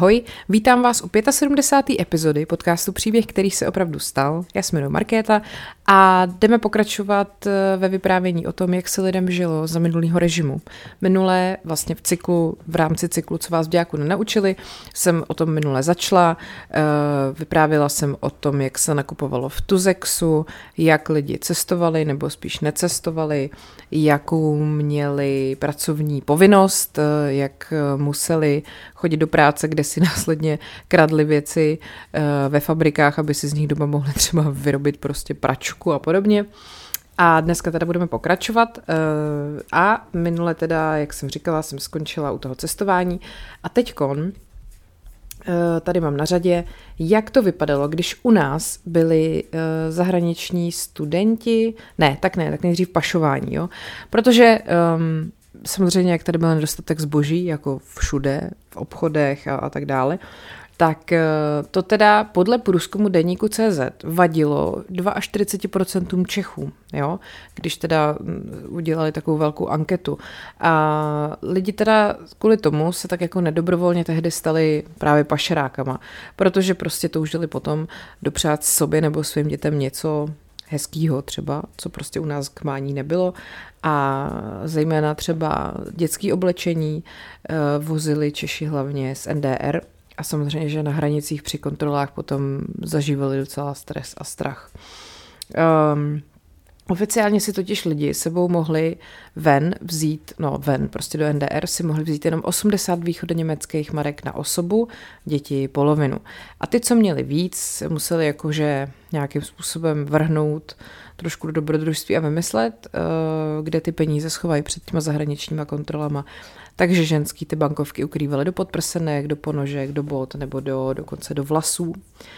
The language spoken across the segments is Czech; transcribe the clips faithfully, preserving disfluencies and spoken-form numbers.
Ahoj, vítám vás u sedmdesáté páté epizody podcastu Příběh, který se opravdu stal. Já se jmenuji Markéta a jdeme pokračovat ve vyprávění o tom, jak se lidem žilo za minulého režimu. Minulé vlastně v cyklu, v rámci cyklu, co vás v dějáku nenaučili, jsem o tom minule začala. Vyprávěla jsem o tom, jak se nakupovalo v Tuzexu, jak lidi cestovali nebo spíš necestovali, jakou měli pracovní povinnost, jak museli chodit do práce, kde si následně kradli věci ve fabrikách, aby si z nich doma mohli třeba vyrobit prostě pračku a podobně. A dneska teda budeme pokračovat a minule teda, jak jsem říkala, jsem skončila u toho cestování a teďkon tady mám na řadě, jak to vypadalo, když u nás byli zahraniční studenti, ne, tak ne, tak nejdřív pašování, jo, protože um, samozřejmě, jak tady byl nedostatek zboží, jako všude, v obchodech a, a tak dále, tak to teda podle průzkumu deníku tečka cé zet vadilo čtyřicet dva procent Čechům, jo? Když teda udělali takovou velkou anketu. A lidi teda kvůli tomu se tak jako nedobrovolně tehdy stali právě pašerákama, protože prostě toužili potom dopřát sobě nebo svým dětem něco hezkýho třeba, co prostě u nás k mání nebylo a zejména třeba dětské oblečení vozili Češi hlavně z en dé er a samozřejmě, že na hranicích při kontrolách potom zažívali docela stres a strach. Um, Oficiálně si totiž lidi sebou mohli ven vzít, no ven, prostě do en dé er si mohli vzít jenom osmdesát východoněmeckých marek na osobu, děti polovinu. A ty, co měli víc, museli jakože nějakým způsobem vrhnout trošku do dobrodružství a vymyslet, kde ty peníze schovají před těma zahraničníma kontrolama. Takže ženský ty bankovky ukrývaly do podprsenek, do ponožek, do bot nebo do, dokonce do vlasů.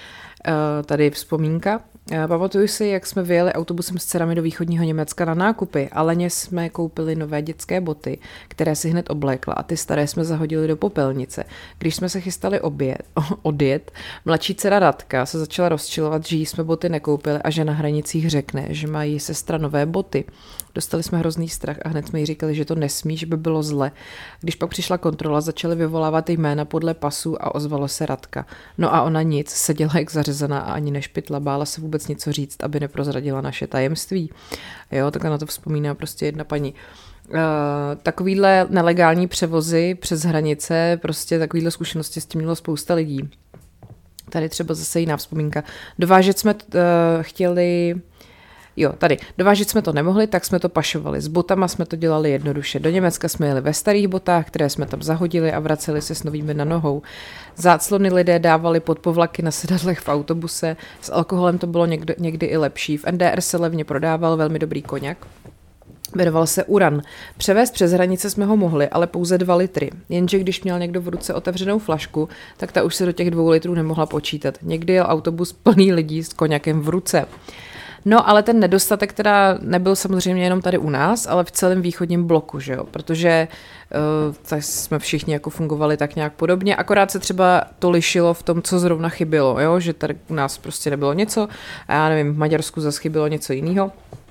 Tady vzpomínka. Pamatuju si, jak jsme vyjeli autobusem s dcerami do východního Německa na nákupy a leně jsme koupili nové dětské boty, které si hned oblékla a ty staré jsme zahodili do popelnice. Když jsme se chystali oběd, odjet, mladší dcera Radka se začala rozčilovat, že jí jsme boty nekoupili a že na hranicích řekne, že mají sestra nové boty. Dostali jsme hrozný strach a hned jsme jí říkali, že to nesmí, že by bylo zle. Když pak přišla kontrola, začali vyvolávat jména podle pasů a ozvalo se Radka. No a ona nic, seděla jak zařezaná a ani nešpitla, bála se vůbec něco říct, aby neprozradila naše tajemství. Jo, tak na to vzpomíná prostě jedna paní. Uh, takovýhle nelegální převozy přes hranice, prostě takovýhle zkušenosti s tím mělo spousta lidí. Tady třeba zase jiná vzpomínka. Dovážet jsme uh, chtěli... Jo, tady. Dovážet jsme to nemohli, tak jsme to pašovali. S botama jsme to dělali jednoduše. Do Německa jsme jeli ve starých botách, které jsme tam zahodili a vraceli se s novými na nohou. Záclony lidé dávali pod povlaky na sedadlech v autobuse. S alkoholem to bylo někdy, někdy i lepší. V en dé er se levně prodával velmi dobrý koněk. Jmenoval se Uran. Převést přes hranice jsme ho mohli, ale pouze dva litry. Jenže když měl někdo v ruce otevřenou flašku, tak ta už se do těch dvou litrů nemohla počítat. Někdy jel autobus plný lidí s koněkem v ruce. No, ale ten nedostatek teda nebyl samozřejmě jenom tady u nás, ale v celém východním bloku, že jo, protože uh, tak jsme všichni jako fungovali tak nějak podobně, akorát se třeba to lišilo v tom, co zrovna chybělo, jo, že tady u nás prostě nebylo něco a já nevím, v Maďarsku zase chybělo něco jiného.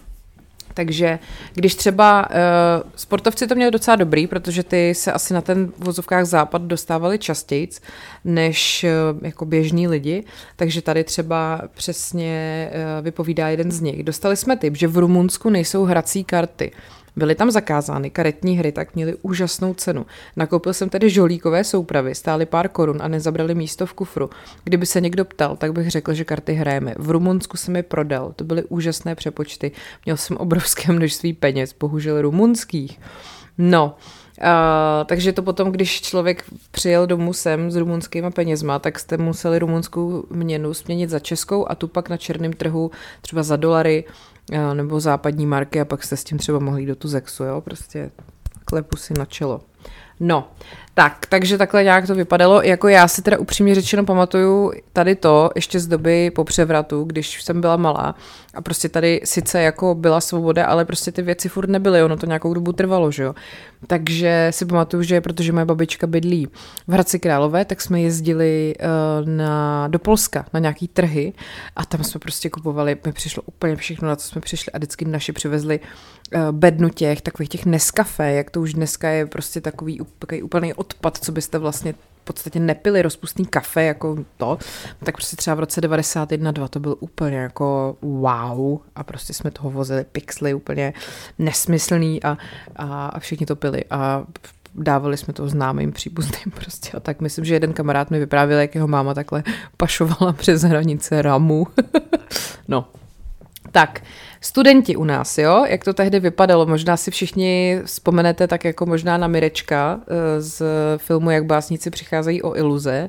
Takže když třeba uh, sportovci to měli docela dobrý, protože ty se asi na ten v vozovkách západ dostávali častějc než uh, jako běžní lidi, takže tady třeba přesně uh, vypovídá jeden z nich. Dostali jsme tip, že v Rumunsku nejsou hrací karty. Byly tam zakázány karetní hry, tak měly úžasnou cenu. Nakoupil jsem tedy žolíkové soupravy, stály pár korun a nezabrali místo v kufru. Kdyby se někdo ptal, tak bych řekl, že karty hrajeme. V Rumunsku jsem je prodal, to byly úžasné přepočty. Měl jsem obrovské množství peněz, bohužel rumunských. No, Uh, takže to potom, když člověk přijel domů sem s rumunskýma penězma, tak jste museli rumunskou měnu směnit za českou a tu pak na černém trhu třeba za dolary uh, nebo západní marky a pak jste s tím třeba mohli jít do Tuzexu, jo, prostě klepu si na čelo. No, tak, takže takhle nějak to vypadalo. Jako já si teda upřímně řečeno pamatuju tady to ještě z doby po převratu, když jsem byla malá a prostě tady sice jako byla svoboda, ale prostě ty věci furt nebyly, ono to nějakou dobu trvalo, že jo. Takže si pamatuju, že protože moje babička bydlí v Hradci Králové, tak jsme jezdili uh, na, do Polska na nějaký trhy a tam jsme prostě kupovali, mi přišlo úplně všechno, na co jsme přišli a vždycky naši přivezli uh, bednu těch, takových těch Nescafé, jak to už dneska je prostě takový, takový úplný odpad, co byste vlastně podstatě nepili rozpustný kafe jako to, tak prostě třeba v roce devadesát jedna dva to byl úplně jako wow a prostě jsme toho vozili pixely úplně nesmyslný a, a, a všichni to pili a dávali jsme to známým příbuzným prostě a tak myslím, že jeden kamarád mi vyprávěl, jak jeho máma takhle pašovala přes hranice ramu. No. Tak, studenti u nás, jo, jak to tehdy vypadalo, možná si všichni vzpomenete tak jako možná na Mirečka z filmu Jak básníci přicházejí o iluze,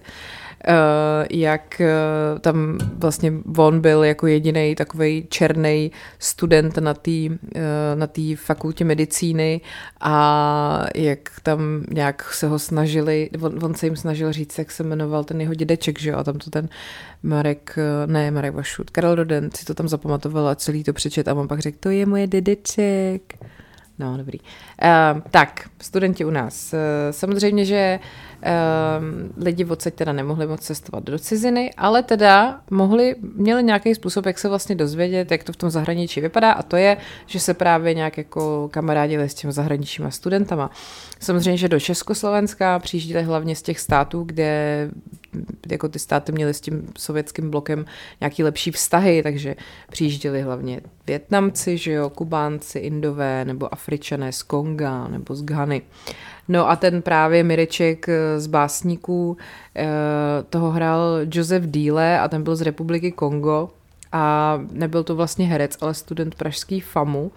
jak tam vlastně on byl jako jedinej takovej černej student na té na té fakultě medicíny a jak tam nějak se ho snažili, on, on se jim snažil říct, jak se jmenoval ten jeho dědeček, že jo, a tam to ten Marek, ne Marek Vašut, Karel Roden si to tam zapamatoval a celý to přečet a on pak řekl, to je moje dědeček. No, dobrý. Uh, tak, studenti u nás. Uh, samozřejmě, že uh, lidi odsaď teda nemohli moc cestovat do ciziny, ale teda mohli, měli nějaký způsob, jak se vlastně dozvědět, jak to v tom zahraničí vypadá a to je, že se právě nějak jako kamarádili s těmi zahraničníma studentama. Samozřejmě, že do Československa přijížděli hlavně z těch států, kde jako ty státy měly s tím sovětským blokem nějaký lepší vztahy, takže přijížděli hlavně Vietnamci, že jo, Kubánci, Indové nebo Afričané z Konga nebo z Ghany. No a ten právě Mireček z básníků, toho hrál Josef Díle a ten byl z Republiky Kongo a nebyl to vlastně herec, ale student pražský FAMu.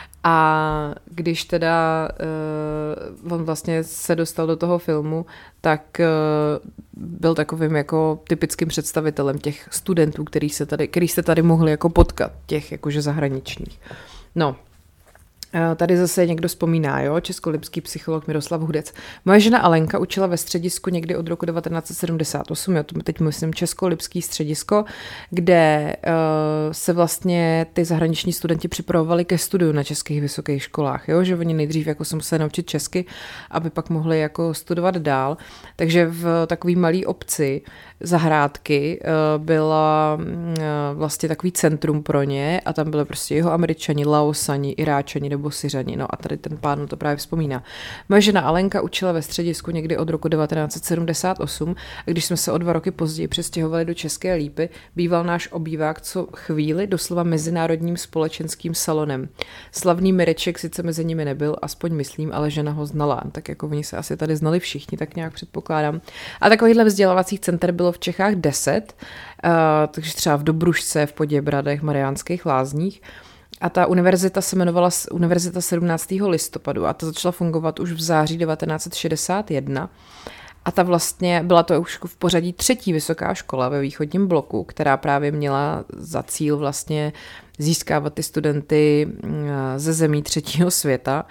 A když teda uh, on vlastně se dostal do toho filmu, tak uh, byl takovým jako typickým představitelem těch studentů, který se tady, který se tady mohli jako potkat, těch jakože zahraničních. No, tady zase někdo vzpomíná, jo, českolipský psycholog Miroslav Hudec. Moje žena Alenka učila ve středisku někdy od roku devatenáct set sedmdesát osm, jo, to teď myslím českolipský středisko, kde uh, se vlastně ty zahraniční studenti připravovali ke studiu na českých vysokých školách, jo, že oni nejdřív jako se museli naučit česky, aby pak mohli jako studovat dál. Takže v takový malý obci Zahrádky uh, byla uh, vlastně takový centrum pro ně a tam byly prostě jeho Američani, Laosani, Iráčani nebo Syřani. No a tady ten pán to právě vzpomíná. Moje žena Alenka učila ve středisku někdy od roku devatenáct set sedmdesát osm a když jsme se o dva roky později přestěhovali do České Lípy, býval náš obývák co chvíli doslova mezinárodním společenským salonem. Slavný Mireček sice mezi nimi nebyl, aspoň myslím, ale žena ho znala. Tak jako oni se asi tady znali všichni, tak nějak předpokládám. A takovýchhle vzdělávacích center bylo v Čechách deset, uh, takže třeba v Dobrušce, v Poděbradech, Mariánských Lázních. A ta univerzita se jmenovala Univerzita sedmnáctého listopadu a ta začala fungovat už v září devatenáct set šedesát jedna. A ta vlastně byla to už v pořadí třetí vysoká škola ve východním bloku, která právě měla za cíl vlastně získávat ty studenty ze zemí třetího světa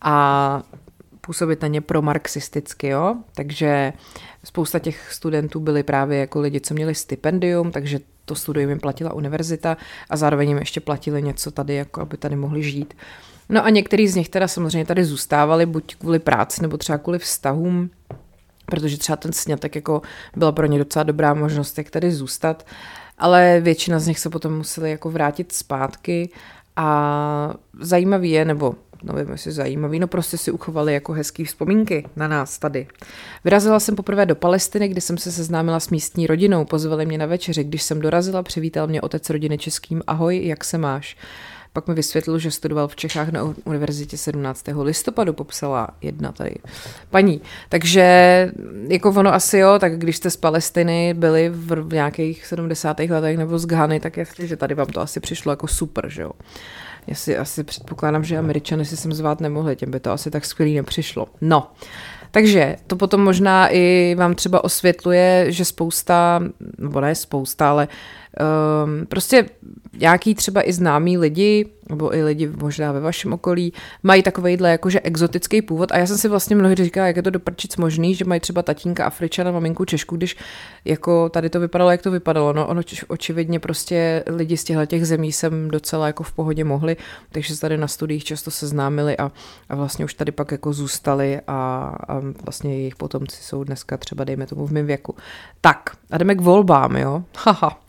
a působit na ně promarxisticky, jo. Takže spousta těch studentů byli právě jako lidi, co měli stipendium, takže to studium jim platila univerzita a zároveň jim ještě platili něco tady, jako aby tady mohli žít. No a některý z nich teda samozřejmě tady zůstávali, buď kvůli práci, nebo třeba kvůli vztahům, protože třeba ten sňatek jako byla pro ně docela dobrá možnost, jak tady zůstat, ale většina z nich se potom museli jako vrátit zpátky a zajímavý je, nebo no nevím, jestli zajímavý, no prostě si uchovali jako hezký vzpomínky na nás tady. Vyrazila jsem poprvé do Palestiny, kdy jsem se seznámila s místní rodinou, pozvali mě na večeři, když jsem dorazila, přivítal mě otec rodiny českým, ahoj, jak se máš? Pak mi vysvětlil, že studoval v Čechách na univerzitě sedmnáctého listopadu, popsala jedna tady paní. Takže jako ono asi jo, tak když jste z Palestiny byli v nějakých sedmdesátých letech nebo z Ghany, tak jasně, že tady vám to asi přišlo jako super, že jo. Já si asi předpokládám, že Američany si sem zvát nemohli, těm by to asi tak skvělý nepřišlo. No, takže to potom možná i vám třeba osvětluje, že spousta, nebo ne spousta, ale um, prostě nějaký třeba i známí lidi, nebo i lidi možná ve vašem okolí, mají takovejhle jakože exotický původ a já jsem si vlastně mnohdy říkala, jak je to do prčic možný, že mají třeba tatínka Afričana, maminku Češku, když jako tady to vypadalo, jak to vypadalo, no ono očividně prostě lidi z těchto těch zemí sem docela jako v pohodě mohli, takže se tady na studiích často seznámili a, a vlastně už tady pak jako zůstali a, a vlastně jejich potomci jsou dneska třeba dejme tomu v mém věku. Tak a jdeme k volbám, jo, haha.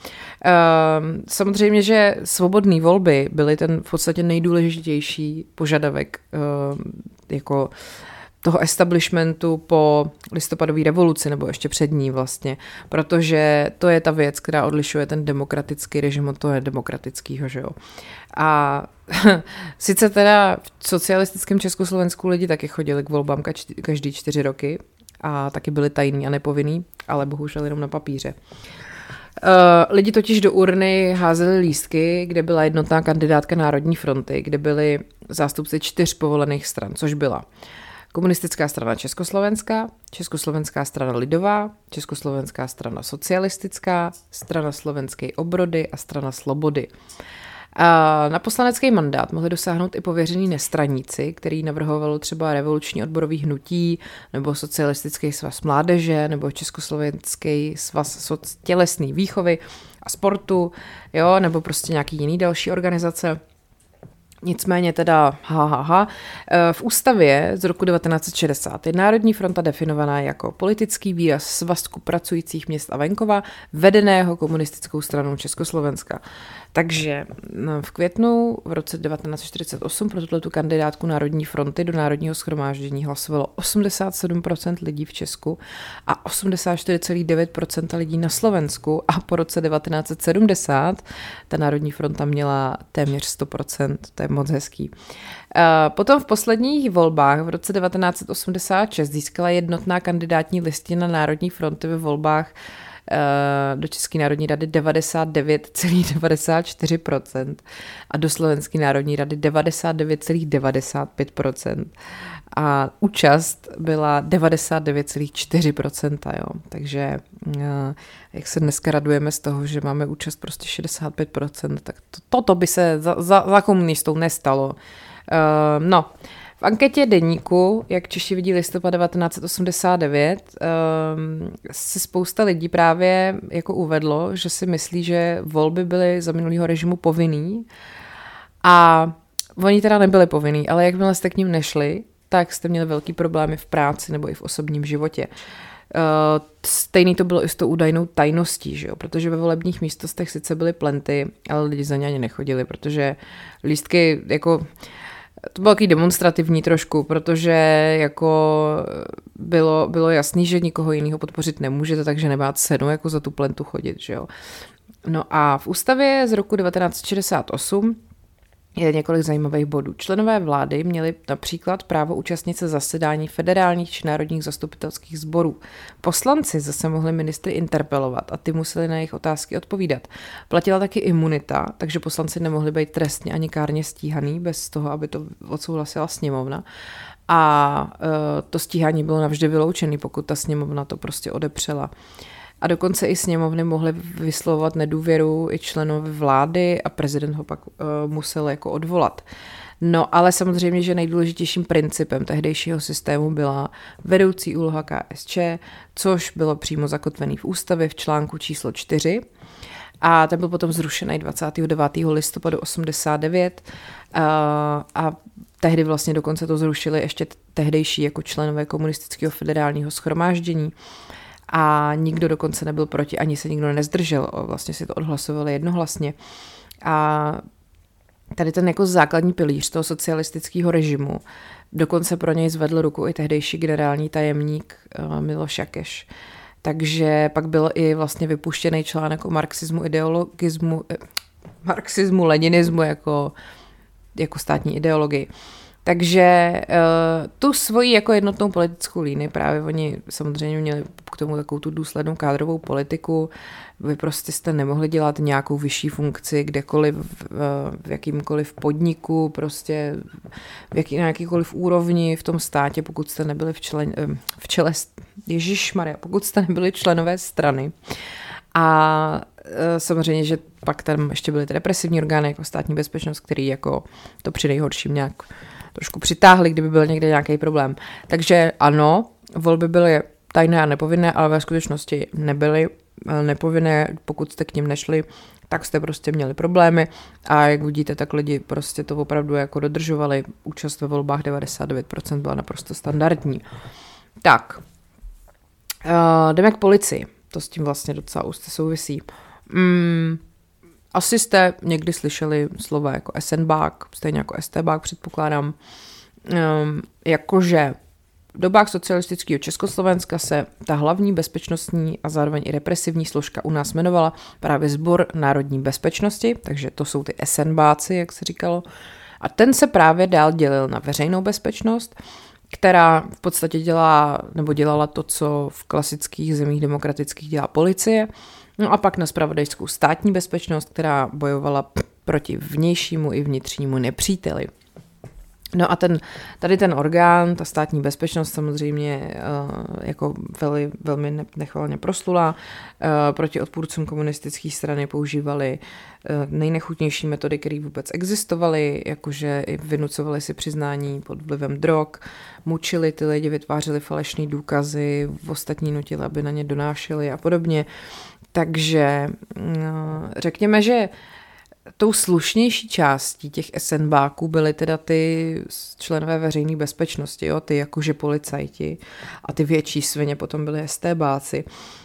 Um, samozřejmě, že svobodné volby byly ten v podstatě nejdůležitější požadavek um, jako toho establishmentu po listopadové revoluci, nebo ještě před ní vlastně, protože to je ta věc, která odlišuje ten demokratický režim od toho nedemokratického, že jo. A sice teda v socialistickém Československu lidi taky chodili k volbám každý čtyři roky a taky byli tajný a nepovinný, ale bohužel jenom na papíře. Uh, lidi totiž do urny házeli lístky, kde byla jednotná kandidátka Národní fronty, kde byli zástupci čtyř povolených stran, což byla Komunistická strana Československá, Československá strana lidová, Československá strana socialistická, strana Slovenské obrody a strana Slobody. A na poslanecký mandát mohli dosáhnout i pověření nestraníci, který navrhovalo třeba revoluční odborový hnutí, nebo socialistický svaz mládeže, nebo československý svaz tělesné výchovy a sportu, jo, nebo prostě nějaký jiný další organizace. Nicméně teda, ha, ha, ha, v ústavě z roku devatenáct set šedesát je Národní fronta definovaná jako politický výraz svazku pracujících měst a venkova, vedeného komunistickou stranou Československa. Takže v květnu v roce devatenáct set čtyřicet osm pro tuto kandidátku Národní fronty do Národního shromáždění hlasovalo osmdesát sedm procent lidí v Česku a osmdesát čtyři celá devět procent lidí na Slovensku a po roce devatenáct set sedmdesát ta Národní fronta měla téměř sto procent, to je moc hezký. Potom v posledních volbách v roce devatenáct set osmdesát šest získala jednotná kandidátní listina Národní fronty ve volbách do České národní rady devadesát devět celá devadesát čtyři procent a do Slovenské národní rady devadesát devět celá devadesát pět procent a účast byla devadesát devět celá čtyři procenta, jo. Takže jak se dneska radujeme z toho, že máme účast prostě šedesát pět procent, tak to, toto by se za, za, za komunistou nestalo. Uh, no, v anketě deníku, jak Češi vidí listopad devatenáct set osmdesát devět, um, se spousta lidí právě jako uvedlo, že si myslí, že volby byly za minulého režimu povinný a oni teda nebyli povinný, ale jakmile jste k ním nešli, tak jste měli velký problémy v práci nebo i v osobním životě. Uh, stejný to bylo i s tou údajnou tajností, že jo? Protože ve volebních místnostech sice byly plenty, ale lidi za ně ani nechodili, protože lístky jako to bylo takový demonstrativní trošku, protože jako bylo, bylo jasný, že nikoho jiného podpořit nemůžete, takže nemá cenu jako za tu plentu chodit, že jo. No a v ústavě z roku devatenáct set šedesát osm je několik zajímavých bodů. Členové vlády měli například právo účastnit se zasedání federálních či národních zastupitelských sborů. Poslanci zase mohli ministry interpelovat a ty museli na jejich otázky odpovídat. Platila taky imunita, takže poslanci nemohli být trestně ani kárně stíhaný bez toho, aby to odsouhlasila sněmovna. A e, to stíhání bylo navždy vyloučené, pokud ta sněmovna to prostě odepřela. A dokonce i sněmovny mohly vyslovovat nedůvěru i členové vlády a prezident ho pak uh, musel jako odvolat. No ale samozřejmě, že nejdůležitějším principem tehdejšího systému byla vedoucí úloha K S Č, což bylo přímo zakotvený v ústavě v článku číslo čtyři. A ten byl potom zrušený dvacátého devátého listopadu osmdesát devět uh, a tehdy vlastně dokonce to zrušili ještě tehdejší jako členové komunistického federálního shromáždění. A nikdo dokonce nebyl proti, ani se nikdo nezdržel, vlastně si to odhlasovali jednohlasně. A tady ten jako základní pilíř toho socialistického režimu, dokonce pro něj zvedl ruku i tehdejší generální tajemník Miloš Jakeš. Takže pak byl i vlastně vypuštěný článek o marxismu, ideologismu, eh, marxismu, leninismu jako, jako státní ideologii. Takže uh, tu svoji jako jednotnou politickou línii právě oni samozřejmě měli k tomu takovou tu důslednou kádrovou politiku. Vy prostě jste nemohli dělat nějakou vyšší funkci kdekoliv, v, v jakýmkoliv podniku, prostě v jaký, na jakýkoliv úrovni v tom státě, pokud jste nebyli v, člen, v čele, ježišmarja, pokud jste nebyli členové strany. A samozřejmě, že pak tam ještě byly ty represivní orgány jako státní bezpečnost, který jako to při nejhorším nějak trošku přitáhli, kdyby byl někde nějaký problém. Takže ano, volby byly tajné a nepovinné, ale ve skutečnosti nebyly nepovinné, pokud jste k nim nešli, tak jste prostě měli problémy a jak vidíte, tak lidi prostě to opravdu jako dodržovali. Účast ve volbách devadesát devět procent byla naprosto standardní. Tak, uh, jdeme k policii. To s tím vlastně docela úzce souvisí. Mm, asi jste někdy slyšeli slova jako esenbák, stejně jako estébák předpokládám, um, jakože dobách socialistického Československa se ta hlavní bezpečnostní a zároveň i represivní složka u nás jmenovala právě Sbor národní bezpečnosti, takže to jsou ty esenbáci, jak se říkalo. A ten se právě dál dělil na veřejnou bezpečnost, která v podstatě dělá, nebo dělala to, co v klasických zemích demokratických dělá policie. No a pak na zpravodajskou státní bezpečnost, která bojovala proti vnějšímu i vnitřnímu nepříteli. No a ten, tady ten orgán, ta státní bezpečnost samozřejmě jako velmi, velmi nechvalně proslula. Proti odpůrcům komunistické strany používali nejnechutnější metody, které vůbec existovaly, jakože i vynucovali si přiznání pod vlivem drog, mučili ty lidi, vytvářeli falešné důkazy, ostatní nutili, aby na ně donášeli a podobně. Takže řekněme, že tou slušnější částí těch esenbáků byly teda ty členové veřejné bezpečnosti, jo? Ty jakože policajti a ty větší svině potom byly estébáci.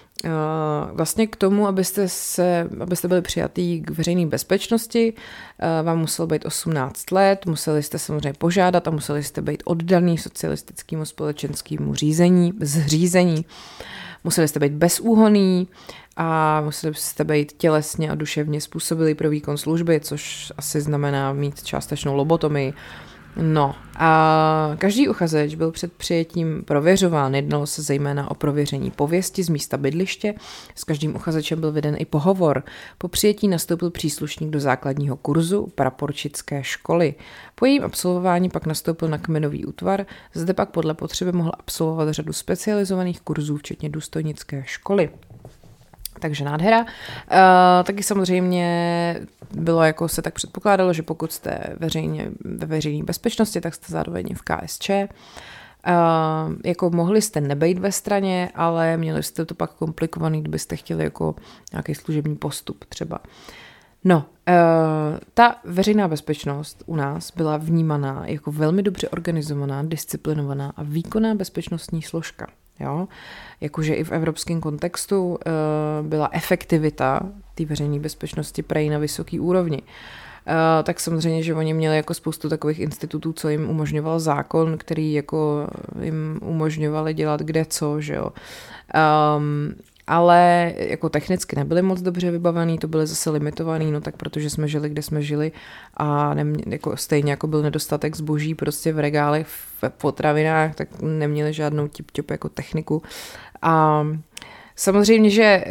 Vlastně k tomu, abyste, se, abyste byli přijatý k veřejné bezpečnosti, vám muselo být osmnáct let, museli jste samozřejmě požádat a museli jste být oddaný socialistickému společenskému řízení, zřízení. Museli jste být bezúhonný a museli jste být tělesně a duševně způsobilý pro výkon služby, což asi znamená mít částečnou lobotomii. No a každý uchazeč byl před přijetím prověřován. Jednalo se zejména o prověření pověsti z místa bydliště. S každým uchazečem byl veden i pohovor. Po přijetí nastoupil příslušník do základního kurzu praporčické školy. Po jejím absolvování pak nastoupil na kmenový útvar. Zde pak podle potřeby mohl absolvovat řadu specializovaných kurzů, včetně důstojnické školy. Takže nádhera. Uh, taky samozřejmě bylo, jako se tak předpokládalo, že pokud jste veřejně, ve veřejné bezpečnosti, tak jste zároveň v K S Č. Uh, jako mohli jste nebejt ve straně, ale měli jste to pak komplikovaný, kdybyste chtěli jako nějaký služební postup třeba. No, uh, ta veřejná bezpečnost u nás byla vnímaná jako velmi dobře organizovaná, disciplinovaná a výkonná bezpečnostní složka. Jo? Jakože i v evropském kontextu uh, byla efektivita té veřejné bezpečnosti prej na vysoký úrovni. Uh, tak samozřejmě, že oni měli jako spoustu takových institutů, co jim umožňoval zákon, který jako jim umožňovali dělat kde co, že jo. Um, ale jako technicky nebyly moc dobře vybavený, to byly zase limitovaný, no tak protože jsme žili, kde jsme žili a nemě, jako stejně jako byl nedostatek zboží prostě v regálech, v potravinách, tak neměli žádnou tip-top jako techniku. A samozřejmě, že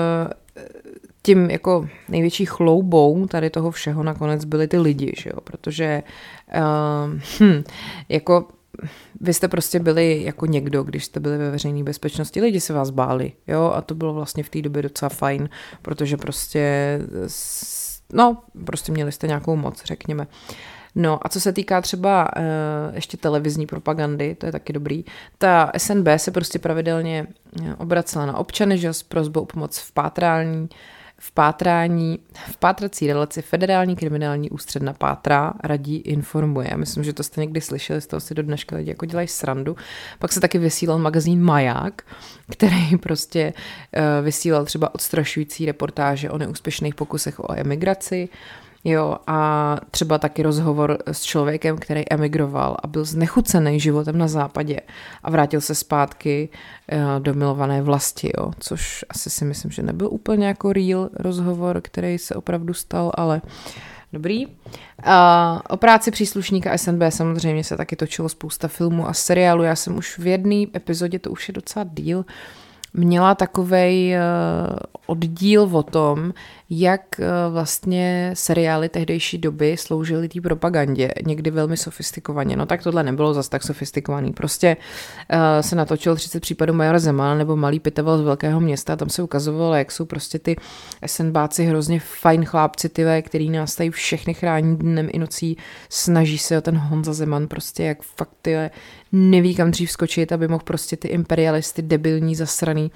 tím jako největší chloubou tady toho všeho nakonec byly ty lidi, že jo, protože hm, jako vy jste prostě byli jako někdo, když jste byli ve veřejné bezpečnosti, lidi se vás báli, jo, a to bylo vlastně v té době docela fajn, protože prostě, no, prostě měli jste nějakou moc, řekněme. No a co se týká třeba uh, ještě televizní propagandy, to je taky dobrý, ta S N B se prostě pravidelně obracela na občany, že s prosbou o pomoc v pátrání, v pátrání, v pátrací relaci Federální kriminální ústředna pátrá, radí, informuje. Já myslím, že to jste někdy slyšeli, z toho si do dneška lidi jako dělají srandu. Pak se taky vysílal magazín Maják, který prostě uh, vysílal třeba odstrašující reportáže o neúspěšných pokusech o emigraci. Jo, a třeba taky rozhovor s člověkem, který emigroval a byl znechucený životem na západě a vrátil se zpátky do milované vlasti, jo, což asi si myslím, že nebyl úplně jako real rozhovor, který se opravdu stal, ale dobrý. A o práci příslušníka S N B samozřejmě se taky točilo spousta filmů a seriálů. Já jsem už v jedné epizodě, to už je docela díl, měla takovej oddíl o tom, jak vlastně seriály tehdejší doby sloužily té propagandě, někdy velmi sofistikovaně. No tak tohle nebylo zas tak sofistikovaný. Prostě se natočil třicet případů majora Zemana nebo Malý pitaval z velkého města, tam se ukazovalo, jak jsou prostě ty SNBáci hrozně fajn chlápci, tyvé, který nás tady všechny chrání dnem i nocí, snaží se o ten Honza Zeman, prostě jak fakt tyhle neví kam dřív skočit, aby mohl prostě ty imperialisty debilní, zasraný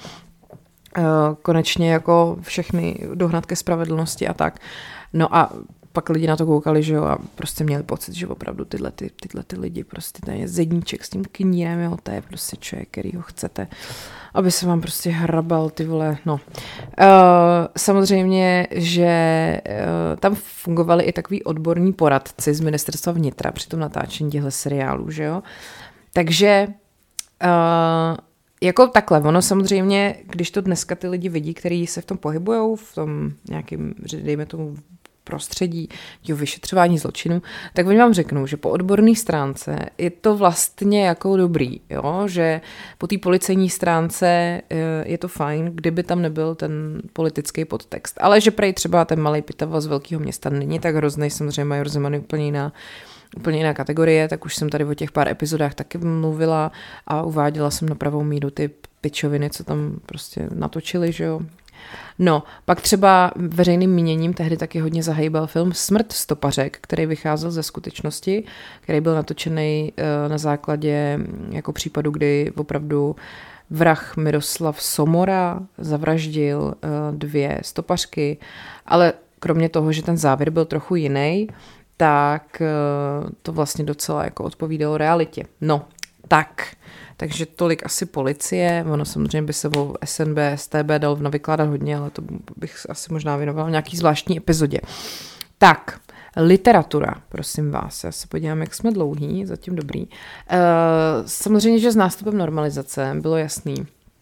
konečně jako všechny dohnat ke spravedlnosti a tak. No a pak lidi na to koukali, že jo, a prostě měli pocit, že opravdu tyhle, ty, tyhle ty lidi, prostě ten je zedníček s tím knírem, jo, to je prostě člověk, který ho chcete, aby se vám prostě hrabal, ty vole, no. Uh, samozřejmě, že uh, tam fungovali i takový odborní poradci z ministerstva vnitra při tom natáčení těchto seriálů, že jo. Takže Uh, jako takhle, ono samozřejmě, když to dneska ty lidi vidí, kteří se v tom pohybujou, v tom nějakým, dejme tomu, prostředí, jo, vyšetřování zločinu, tak oni vám řeknou, že po odborné stránce je to vlastně jako dobrý, jo? Že po té policejní stránce je to fajn, kdyby tam nebyl ten politický podtext. Ale že prej třeba ten malej pitava z velkého města není tak hrozný, samozřejmě Major Zeman je úplně jiná, úplně jiná kategorie, tak už jsem tady o těch pár epizodách taky mluvila a uváděla jsem na pravou míru ty pičoviny, co tam prostě natočili, že jo. No, pak třeba veřejným míněním tehdy taky hodně zahýbal film Smrt stopařek, který vycházel ze skutečnosti, který byl natočený na základě jako případu, kdy opravdu vrah Miroslav Somora zavraždil dvě stopařky, ale kromě toho, že ten závěr byl trochu jiný, tak to vlastně docela jako odpovídalo realitě. No, tak... Takže tolik asi policie, ono samozřejmě by se o S N B, S T B dal navykládat hodně, ale to bych asi možná věnovala nějaký zvláštní epizodě. Tak, literatura, prosím vás, já se podívám, jak jsme dlouhý, zatím dobrý. E, samozřejmě, že s nástupem normalizace bylo jasný,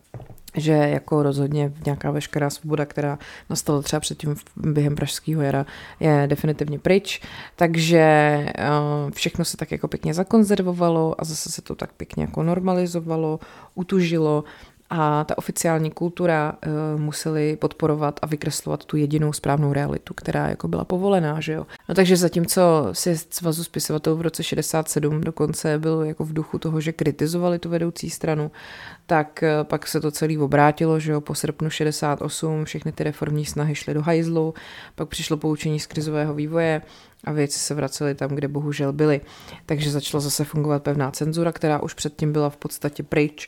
že jako rozhodně nějaká veškerá svoboda, která nastala třeba předtím během pražského jara, je definitivně pryč, takže všechno se tak jako pěkně zakonzervovalo a zase se to tak pěkně jako normalizovalo, utužilo a ta oficiální kultura uh, museli podporovat a vykreslovat tu jedinou správnou realitu, která jako byla povolená, že jo. No takže zatímco si Svazu spisovatelů v roce šedesát sedm dokonce byl jako v duchu toho, že kritizovali tu vedoucí stranu, tak uh, pak se to celý obrátilo, že jo, po srpnu šedesát osm všechny ty reformní snahy šly do hajzlu, pak přišlo poučení z krizového vývoje a věci se vracely tam, kde bohužel byly. Takže začala zase fungovat pevná cenzura, která už předtím byla v podstatě pryč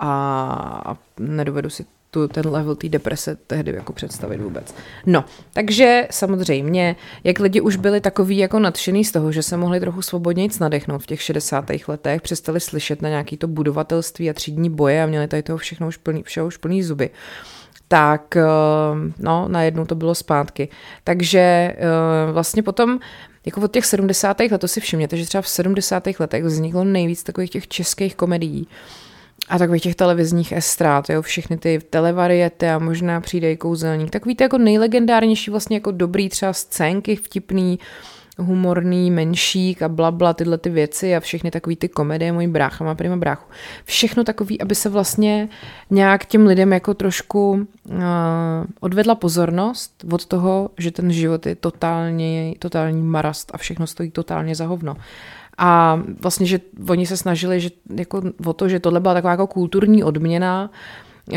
a nedovedu si tu, ten level té deprese tehdy jako představit vůbec. No, takže samozřejmě, jak lidi už byli takový jako nadšený z toho, že se mohli trochu svobodnějc nadechnout v těch šedesátých letech, přestali slyšet na nějaký to budovatelství a třídní boje a měli tady toho všechno už plný, všeho už plný zuby, tak no, najednou to bylo zpátky. Takže vlastně potom jako od těch sedmdesátých let, to si všimněte, že třeba v sedmdesátých letech vzniklo nejvíc takových těch českých komedií a takových těch televizních estrád, jo, všechny ty televariety a možná Přijde i kouzelník, takový ty jako nejlegendárnější vlastně jako dobrý třeba scénky, vtipný, humorný, menšík a blabla, tyhle ty věci a všechny takový ty komedie, můj brácha má prima bráchu. Všechno takový, aby se vlastně nějak těm lidem jako trošku uh, odvedla pozornost od toho, že ten život je totálně, totální marast a všechno stojí totálně za hovno. A vlastně, že oni se snažili že jako o to, že tohle byla taková jako kulturní odměna, Uh,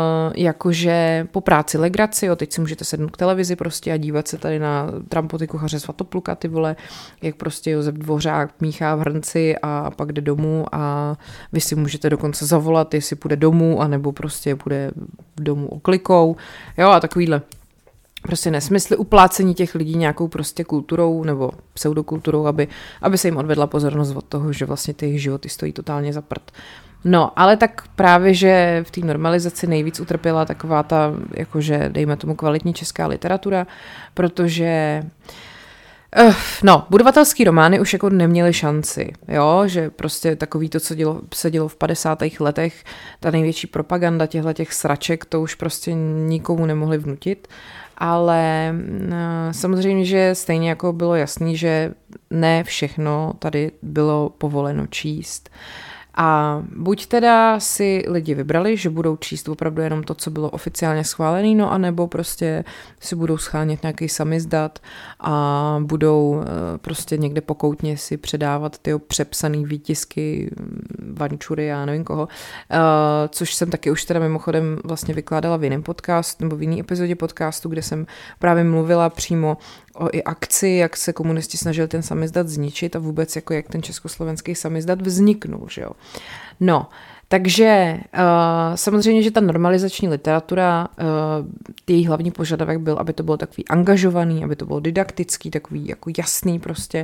jakože po práci legraci, jo, teď si můžete sednout k televizi prostě a dívat se tady na trampoty kuchaře Svatopluka, ty vole, jak prostě Josef Dvořák míchá v hrnci a pak jde domů a vy si můžete dokonce zavolat, jestli půjde domů, anebo prostě půjde domů oklikou, jo, a takovýhle prostě nesmysly, uplácení těch lidí nějakou prostě kulturou nebo pseudokulturou, aby, aby se jim odvedla pozornost od toho, že vlastně ty jejich životy stojí totálně za prd. No, ale tak právě, že v té normalizaci nejvíc utrpěla taková ta, jakože dejme tomu kvalitní česká literatura, protože uh, no, budovatelský romány už jako neměly šanci, jo, že prostě takový to, co dělo, se dělo v padesátých letech, ta největší propaganda těchto těch sraček, to už prostě nikomu nemohli vnutit, ale uh, samozřejmě, že stejně jako bylo jasný, že ne všechno tady bylo povoleno číst. A buď teda si lidi vybrali, že budou číst opravdu jenom to, co bylo oficiálně schválené, no anebo prostě si budou schánět nějaký samizdat a budou prostě někde pokoutně si předávat ty přepsaný výtisky Vančury, já nevím koho, což jsem taky už teda mimochodem vlastně vykládala v jiném podcastu, nebo v jiné epizodě podcastu, kde jsem právě mluvila přímo o i akci, jak se komunisti snažili ten samizdat zničit a vůbec jako jak ten československý samizdat vzniknul, že jo. No, takže uh, samozřejmě, že ta normalizační literatura, uh, její hlavní požadavek byl, aby to bylo takový angažovaný, aby to bylo didaktický, takový jako jasný prostě.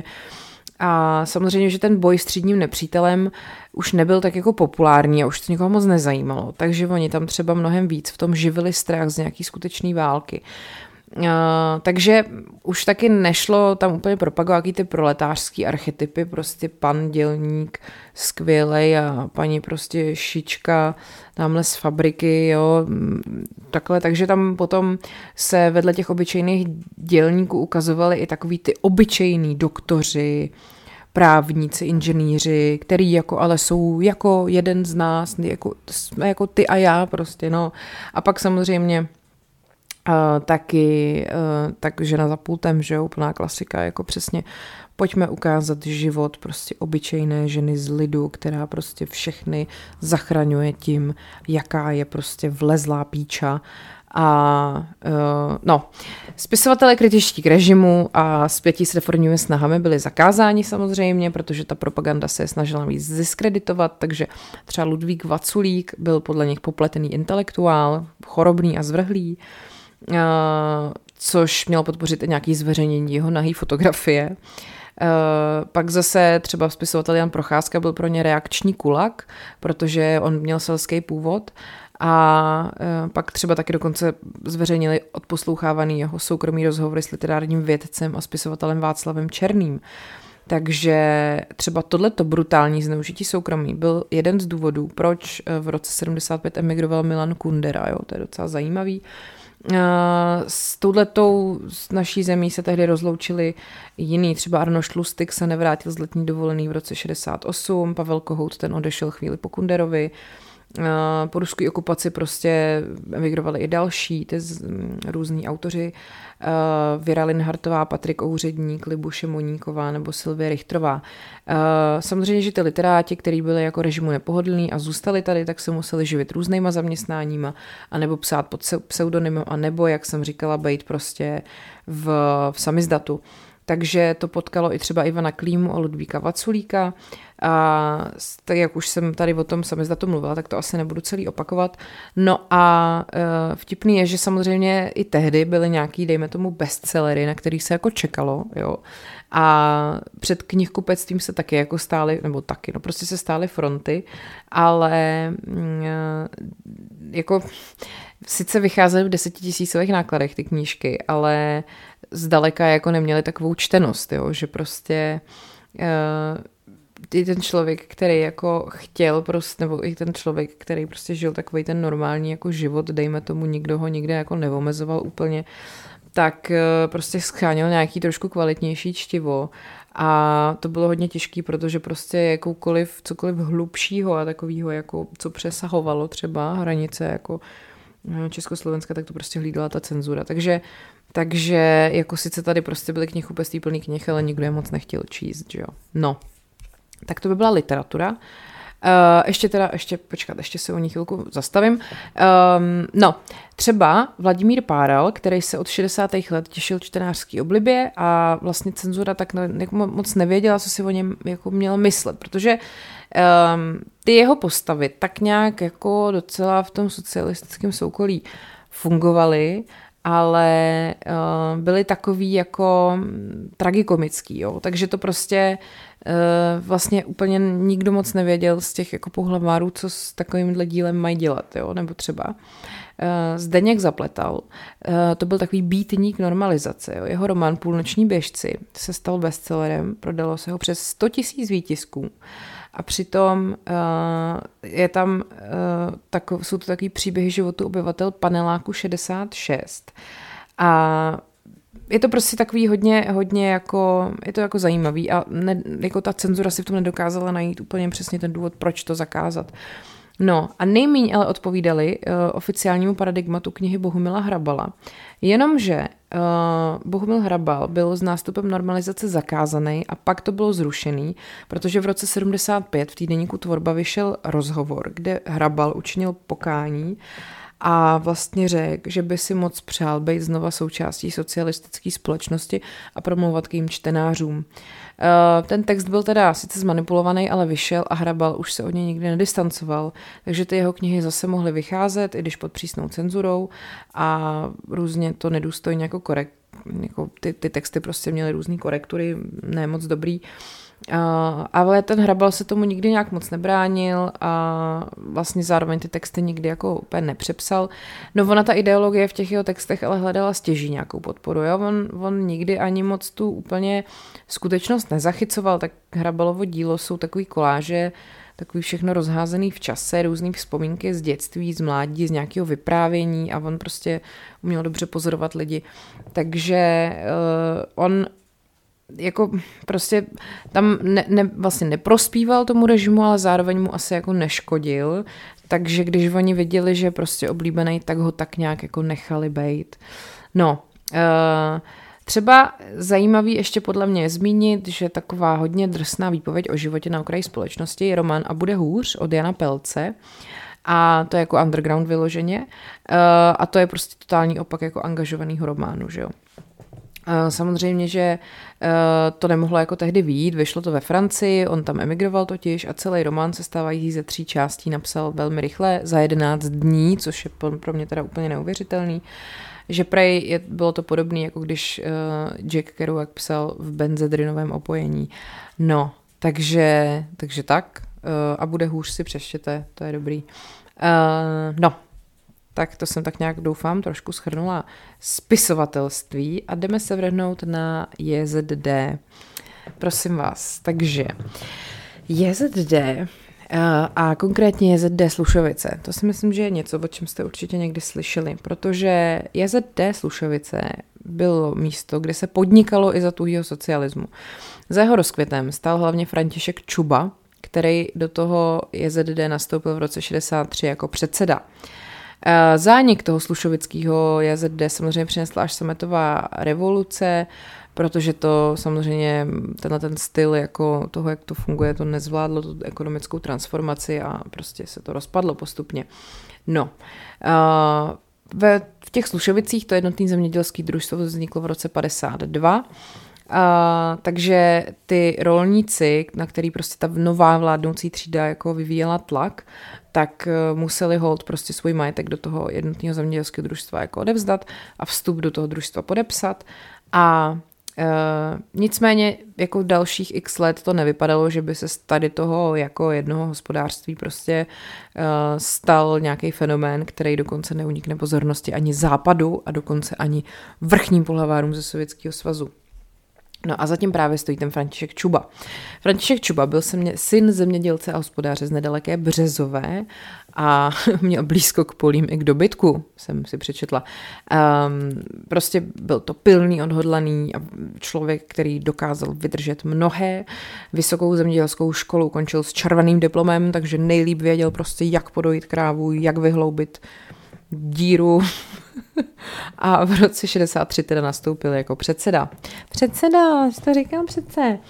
A samozřejmě, že ten boj s třídním nepřítelem už nebyl tak jako populární a už to nikoho moc nezajímalo, takže oni tam třeba mnohem víc v tom živili strach z nějaký skutečný války. Uh, takže už taky nešlo tam úplně propagovat ty proletářský archetypy, prostě pan dělník skvělej a paní prostě šička tamhle z fabriky, jo, takhle, takže tam potom se vedle těch obyčejných dělníků ukazovali i takový ty obyčejný doktoři, právníci, inženýři, který jako ale jsou jako jeden z nás, jako, jako ty a já prostě, no. A pak samozřejmě Uh, taky uh, tak žena za pultem, že jo, úplná klasika, jako přesně pojďme ukázat život prostě obyčejné ženy z lidu, která prostě všechny zachraňuje tím, jaká je prostě vlezlá píča. A uh, no, spisovatelé kritičtí k režimu a zpětí s reformními snahami byli zakázáni samozřejmě, protože ta propaganda se je snažila víc ziskreditovat, takže třeba Ludvík Vaculík byl podle nich popletený intelektuál, chorobný a zvrhlý, Uh, což mělo podpořit i nějaké zveřejnění jeho nahý fotografie. Uh, pak zase třeba spisovatel Jan Procházka byl pro ně reakční kulak, protože on měl selský původ a uh, pak třeba taky dokonce zveřejnili odposlouchávaný jeho soukromý rozhovory s literárním vědcem a spisovatelem Václavem Černým. Takže třeba tohleto brutální zneužití soukromí byl jeden z důvodů, proč v roce sedmdesát pět emigroval Milan Kundera, jo, to je docela zajímavý. S touhletou s naší zemí se tehdy rozloučili jiný, třeba Arnošt Lustig se nevrátil z letní dovolený v roce šedesát osm, Pavel Kohout ten odešel chvíli po Kunderovi, po ruské okupaci prostě emigrovali i další, ty z, různí autoři, Věra Linhartová, Patrik Ouředník, Libuše Moníková nebo Sylvie Richtrová. Samozřejmě, že ty literáti, kteří byli jako režimu nepohodlní a zůstali tady, tak se museli živit různýma zaměstnáníma, anebo psát pod pseudonymem, anebo, jak jsem říkala, bejt prostě v, v samizdatu. Takže to potkalo i třeba Ivana Klímu a Ludvíka Vaculíka. A tak jak už jsem tady o tom samizdatu mluvila, tak to asi nebudu celý opakovat. No a e, vtipný je, že samozřejmě i tehdy byly nějaký, dejme tomu, bestsellery, na kterých se jako čekalo, jo. A před knihkupectvím se taky jako stály, nebo taky, no prostě se stály fronty, ale e, jako sice vycházely v desetitisícových nákladech ty knížky, ale zdaleka jako neměli takovou čtenost, jo, že prostě uh, i ten člověk, který jako chtěl prostě, nebo i ten člověk, který prostě žil takový ten normální jako život, dejme tomu, nikdo ho nikde jako neomezoval úplně, tak uh, prostě scháněl nějaký trošku kvalitnější čtivo a to bylo hodně těžký, protože prostě jakoukoliv, cokoliv hlubšího a takového, jako co přesahovalo třeba hranice jako Československa, tak to prostě hlídala ta cenzura. Takže, takže jako sice tady prostě byly knihkupectví plný knih, ale nikdo je moc nechtěl číst, že jo. No, tak to by byla literatura. Uh, ještě teda, ještě, počkat, ještě se o ní chvilku zastavím. Um, no, třeba Vladimír Páral, který se od šedesátých let těšil čtenářský oblibě a vlastně cenzura tak ne, jako moc nevěděla, co si o něm jako měla myslet, protože um, ty jeho postavy tak nějak jako docela v tom socialistickém soukolí fungovaly, ale uh, byly takový jako tragikomický, jo, takže to prostě uh, vlastně úplně nikdo moc nevěděl z těch jako pohlavárů, co s takovýmhle dílem mají dělat, jo, nebo třeba uh, Zdeněk Zapletal, uh, to byl takový býtník normalizace, jo, jeho román Půlnoční běžci se stal bestsellerem, prodalo se ho přes sto tisíc výtisků. A přitom uh, je tam, uh, tak, jsou to takový příběhy životu obyvatel paneláku šedesát šest. A je to prostě takový hodně, hodně jako, je to jako zajímavý a ne, jako ta cenzura si v tom nedokázala najít úplně přesně ten důvod, proč to zakázat. No a nejméně ale odpovídali uh, oficiálnímu paradigmatu knihy Bohumila Hrabala. Jenomže uh, Bohumil Hrabal byl s nástupem normalizace zakázaný a pak to bylo zrušený, protože v roce sedmdesát pět v týdeníku Tvorba vyšel rozhovor, kde Hrabal učinil pokání a vlastně řekl, že by si moc přál být znova součástí socialistické společnosti a promlouvat k jejím čtenářům. Ten text byl teda sice zmanipulovaný, ale vyšel a Hrabal už se od něj nikdy nedistancoval, takže ty jeho knihy zase mohly vycházet, i když pod přísnou cenzurou a různě to nedůstojně jako korekt, jako ty, ty texty prostě měly různý korektury, ne moc dobrý. Uh, ale ten Hrabal se tomu nikdy nějak moc nebránil a vlastně zároveň ty texty nikdy jako úplně nepřepsal. No ona ta ideologie v těch jeho textech ale hledala stěží nějakou podporu. Jo? On, on nikdy ani moc tu úplně skutečnost nezachycoval, tak Hrabalovo dílo jsou takový koláže, takový všechno rozházený v čase, různý vzpomínky z dětství, z mládí, z nějakého vyprávění a on prostě uměl dobře pozorovat lidi. Takže uh, on jako prostě tam ne, ne, vlastně neprospíval tomu režimu, ale zároveň mu asi jako neškodil, takže když oni viděli, že je prostě oblíbený, tak ho tak nějak jako nechali bejt. No, uh, třeba zajímavý ještě podle mě je zmínit, že taková hodně drsná výpověď o životě na okraji společnosti je román A bude hůř od Jana Pelce. A to je jako underground vyloženě. Uh, a to je prostě totální opak jako angažovanýho románu, že jo. Samozřejmě, že to nemohlo jako tehdy vyjít, vyšlo to ve Francii, on tam emigroval totiž a celý román se stávající ze tří částí napsal velmi rychle, za jedenáct dní, což je pro mě teda úplně neuvěřitelný, že prej je, bylo to podobné, jako když Jack Kerouac psal v benzedrinovém opojení. No, takže, takže tak A bude hůř si přečtěte, to je dobrý. No, tak to jsem tak nějak doufám trošku shrnula spisovatelství a jdeme se vrhnout na J Z D. Prosím vás, takže J Z D a konkrétně J Z D Slušovice, to si myslím, že je něco, o čem jste určitě někdy slyšeli, protože J Z D Slušovice bylo místo, kde se podnikalo i za tuhýho socialismu. Za jeho rozkvětem stál hlavně František Čuba, který do toho J Z D nastoupil v roce šedesát tři jako předseda. Zánik toho slušovického J Z D samozřejmě přinesla až sametová revoluce, protože to samozřejmě tenhle ten styl jako toho, jak to funguje, to nezvládlo tu ekonomickou transformaci a prostě se to rozpadlo postupně. No, ve, v těch Slušovicích to jednotné zemědělské družstvo vzniklo v roce padesát dva, a, takže ty rolníci, na který prostě ta nová vládnoucí třída jako vyvíjela tlak, tak museli holt prostě svůj majetek do toho jednotného zemědělského družstva jako odevzdat a vstup do toho družstva podepsat. A e, nicméně jako dalších x let to nevypadalo, že by se z tady toho jako jednoho hospodářství prostě e, stal nějaký fenomén, který dokonce neunikne pozornosti ani západu a dokonce ani vrchním pohlavárům ze Sovětského svazu. No a zatím právě stojí ten František Čuba. František Čuba byl syn zemědělce a hospodáře z nedaleké Březové a měl blízko k polím i k dobytku, jsem si přečetla. Um, prostě byl to pilný, odhodlaný člověk, který dokázal vydržet mnohé. Vysokou zemědělskou školu ukončil s červeným diplomem, takže nejlíp věděl prostě, jak podojit krávu, jak vyhloubit díru. A v roce šedesát tři teda nastoupil jako předseda. Předseda, to říkám přece. Uh,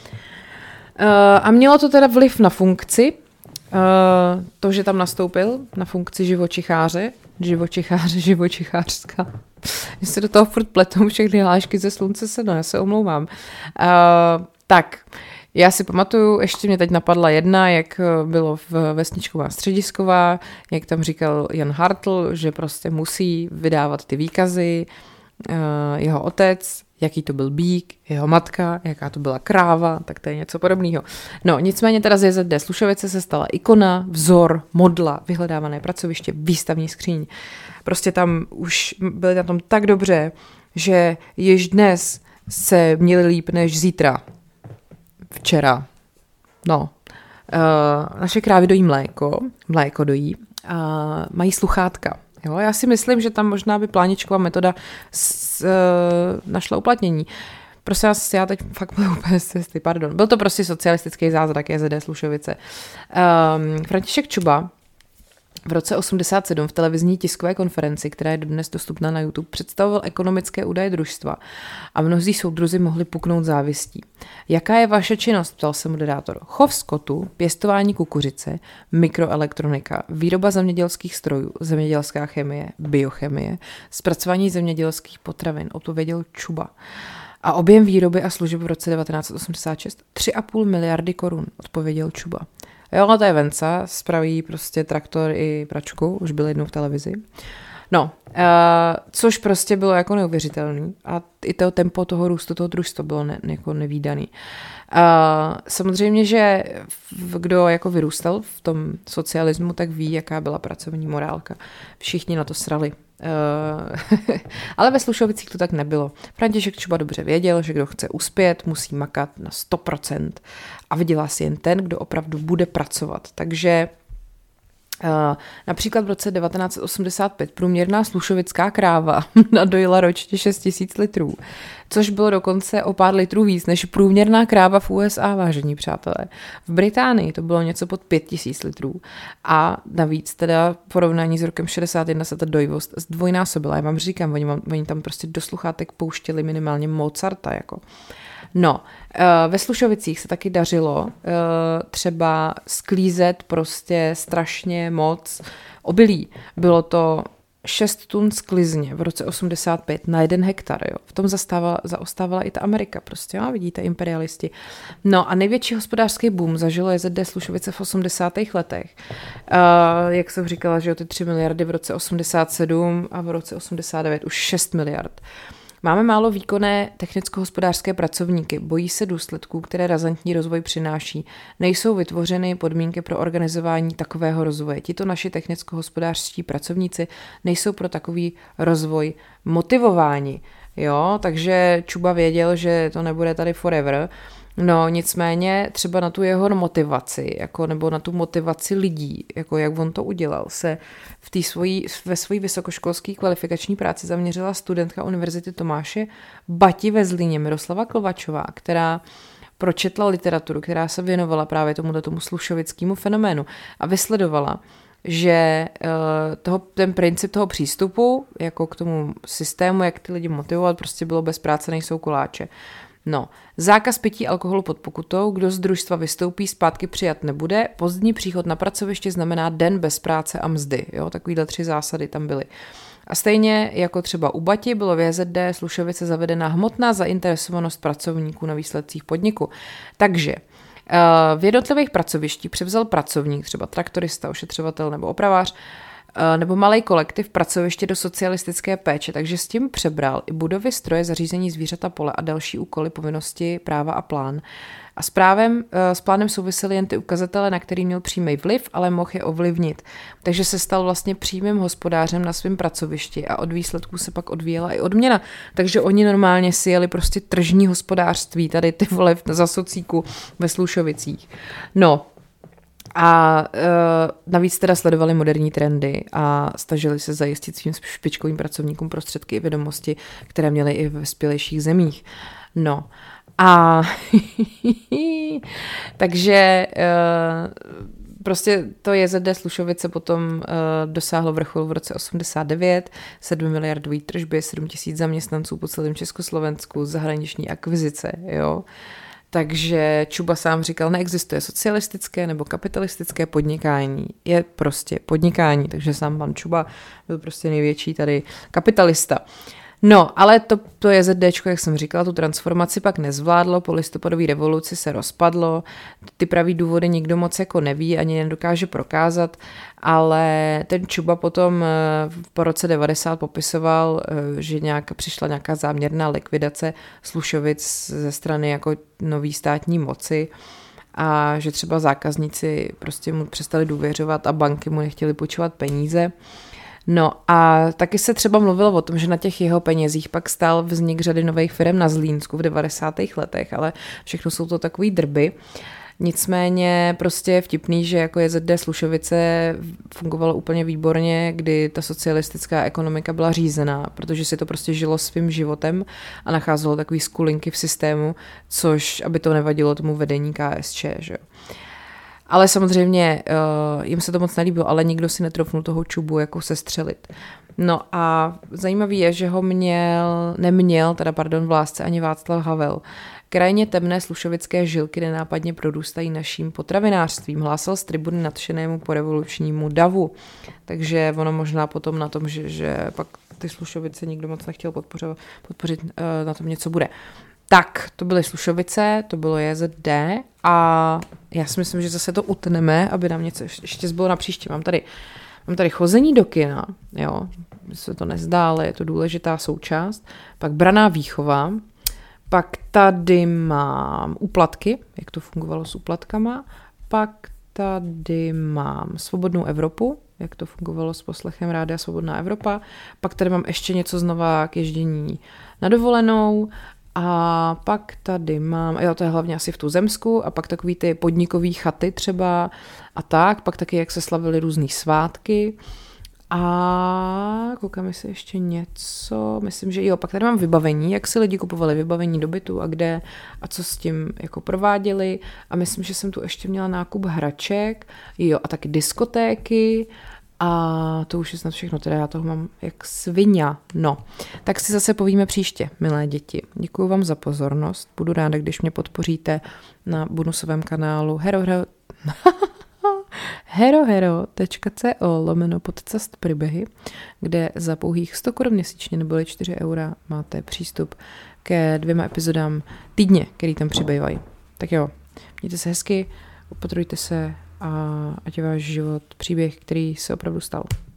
a mělo to teda vliv na funkci, uh, to, že tam nastoupil, na funkci živočicháře, živočicháře, živočichářská. Že se do toho furt pletou všechny hlášky ze slunce se, no já se omlouvám. Uh, tak, já si pamatuju, ještě mě teď napadla jedna, jak bylo v Vesničková Středisková, jak tam říkal Jan Hartl, že prostě musí vydávat ty výkazy, jeho otec, jaký to byl býk, jeho matka, jaká to byla kráva, tak to je něco podobného. No, nicméně teda z J Z D Slušovice se stala ikona, vzor, modla, vyhledávané pracoviště, výstavní skříň. Prostě tam už byli na tom tak dobře, že již dnes se měli líp než zítra. Včera. No. Uh, naše krávy dojí mléko, mléko dojí a mají sluchátka. Jo? Já si myslím, že tam možná by Pláničková metoda s, uh, našla uplatnění. Prostě já, já teď fakt budu úplně cesty, pardon. Byl to prostě socialistický zázrak J Z D Slušovice. Um, František Čuba v roce osmdesát sedm v televizní tiskové konferenci, která je dnes dostupná na YouTube, představoval ekonomické údaje družstva a mnozí soudruzi mohli puknout závistí. Jaká je vaše činnost, ptal se moderátor. Chov skotu, pěstování kukuřice, mikroelektronika, výroba zemědělských strojů, zemědělská chemie, biochemie, zpracování zemědělských potravin, odpověděl Čuba. A objem výroby a služeb v roce devatenáct osmdesát šest tři a půl miliardy korun, odpověděl Čuba. Jo, to je Venca, spraví prostě traktor i pračku, už byl jednou v televizi. No, uh, což prostě bylo jako neuvěřitelný a i to tempo toho růstu toho družstva bylo ne, jako nevídaný. Uh, samozřejmě, že kdo jako vyrůstal v tom socialismu, tak ví, jaká byla pracovní morálka. Všichni na to srali. Uh, ale ve Slušovicích to tak nebylo. František Čuba dobře věděl, že kdo chce uspět, musí makat na sto procent a vydělá si jen ten, kdo opravdu bude pracovat. Takže Uh, například v roce devatenáct osmdesát pět průměrná slušovická kráva nadojila ročně šest tisíc litrů, což bylo dokonce o pár litrů víc než průměrná kráva v U S A, vážení přátelé. V Británii to bylo něco pod pět tisíc litrů a navíc teda v porovnání s rokem šedesát jedna se ta dojivost zdvojnásobila. Já vám říkám, oni, oni tam prostě do sluchátek pouštěli minimálně Mozarta, jako. No, ve Slušovicích se taky dařilo třeba sklízet prostě strašně moc obilí. Bylo to šest tun sklizně v roce osmdesát pět na jeden hektar. Jo. V tom zastávala, zaostávala i ta Amerika prostě, jo, vidíte, imperialisti. No a největší hospodářský boom zažilo J Z D Slušovice v osmdesátých letech. Uh, jak jsem říkala, že jo, ty tři miliardy v roce osmdesát sedm a v roce osmdesát devět už šest miliard. Máme málo výkonné technicko-hospodářské pracovníky, bojí se důsledků, které razantní rozvoj přináší. Nejsou vytvořeny podmínky pro organizování takového rozvoje. Tito naši technicko-hospodářští pracovníci nejsou pro takový rozvoj motivováni. Jo, takže Čuba věděl, že to nebude tady forever. No, nicméně třeba na tu jeho motivaci, jako, nebo na tu motivaci lidí, jako jak on to udělal, se v té svojí, ve své vysokoškolské kvalifikační práci zaměřila studentka Univerzity Tomáše Bati ve Zlíně Miroslava Klovačová, která pročetla literaturu, která se věnovala právě tomuto tomu slušovickému fenoménu a vysledovala, že toho, ten princip toho přístupu jako k tomu systému, jak ty lidi motivovat, prostě bylo bez práce nejsou koláče. No, zákaz pití alkoholu pod pokutou, kdo z družstva vystoupí, zpátky přijat nebude, pozdní příchod na pracoviště znamená den bez práce a mzdy, jo, takovýhle tři zásady tam byly. A stejně jako třeba u Bati bylo v J Z D Slušovice zavedena hmotná zainteresovanost pracovníků na výsledcích podniku. Takže v jednotlivých pracovištích převzal pracovník, třeba traktorista, ošetřovatel nebo opravář, nebo malý kolektiv pracoviště do socialistické péče, takže s tím přebral i budovy, stroje, zařízení, zvířata, pole a další úkoly, povinnosti, práva a plán. A s, právem, s plánem souvisely jen ty ukazatele, na který měl přímý vliv, ale mohl je ovlivnit. Takže se stal vlastně přímým hospodářem na svém pracovišti a od výsledků se pak odvíjela i odměna. Takže oni normálně si jeli prostě tržní hospodářství, tady ty vole za socíku ve Slušovicích. No, a e, navíc teda sledovali moderní trendy a snažili se zajistit svým špičkovým pracovníkům prostředky i vědomosti, které měly i ve vyspělejších zemích. No a takže e, prostě to J Z D Slušovice potom e, dosáhlo vrcholu v roce osmdesát devět, sedm miliardový tržby, sedm tisíc zaměstnanců po celém Československu, zahraniční akvizice, jo. Takže Čuba sám říkal, neexistuje socialistické nebo kapitalistické podnikání, je prostě podnikání, takže sám pan Čuba byl prostě největší tady kapitalista. No, ale to, to JZDčko, jak jsem říkala, tu transformaci pak nezvládlo, po listopadové revoluci se rozpadlo, ty pravý důvody nikdo moc jako neví, ani nedokáže prokázat, ale ten Čuba potom po roce devadesát popisoval, že nějak, přišla nějaká záměrná likvidace Slušovic ze strany jako nový státní moci a že třeba zákazníci prostě mu přestali důvěřovat a banky mu nechtěli půjčovat peníze. No a taky se třeba mluvilo o tom, že na těch jeho penězích pak stál vznik řady nových firm na Zlínsku v devadesátých letech, ale všechno jsou to takový drby. Nicméně prostě je vtipný, že jako J Z D Slušovice fungovalo úplně výborně, kdy ta socialistická ekonomika byla řízená, protože si to prostě žilo svým životem a nacházelo takový skulinky v systému, což aby to nevadilo tomu vedení K S Č, že jo. Ale samozřejmě uh, jim se to moc nelíbilo, ale nikdo si netrofnul toho Čubu jako sestřelit. No a zajímavý je, že ho měl, neměl, teda pardon, v lásce ani Václav Havel. Krajně temné slušovické žilky nenápadně produstají naším potravinářstvím, hlásal z tribuny nadšenému porevolučnímu davu. Takže ono možná potom na tom, že, že pak ty Slušovice nikdo moc nechtěl podpořit, podpořit, uh, na tom něco bude. Tak, to byly Slušovice, to bylo J Z D a já si myslím, že zase to utneme, aby nám něco ještě zbylo na příště. Mám tady Mám tady chození do kina, jo, se to nezdá, ale je to důležitá součást. Pak branná výchova, pak tady mám úplatky, jak to fungovalo s úplatkama, pak tady mám Svobodnou Evropu, jak to fungovalo s poslechem Rádia Svobodná Evropa, pak tady mám ještě něco znova k ježdění na dovolenou a pak tady mám, jo, to je hlavně asi v Tuzemsku, a pak takový ty podnikový chaty třeba a tak, pak taky, jak se slavily různý svátky. A koukám, jestli ještě něco, myslím, že jo, pak tady mám vybavení, jak si lidi kupovali vybavení do bytu a kde a co s tím jako prováděli, a myslím, že jsem tu ještě měla nákup hraček, jo, a taky diskotéky, a to už je snad všechno, teda já toho mám jak svině. No, tak si zase povíme příště, milé děti. Děkuju vám za pozornost, budu ráda, když mě podpoříte na bonusovém kanálu Hero Hero herohero.co lomeno podcast příběhy, kde za pouhých sto korun měsíčně nebo čtyři eura máte přístup ke dvěma epizodám týdně, který tam přibývají. Tak jo, mějte se hezky, opatrujte se a ať je váš život příběh, který se opravdu stal.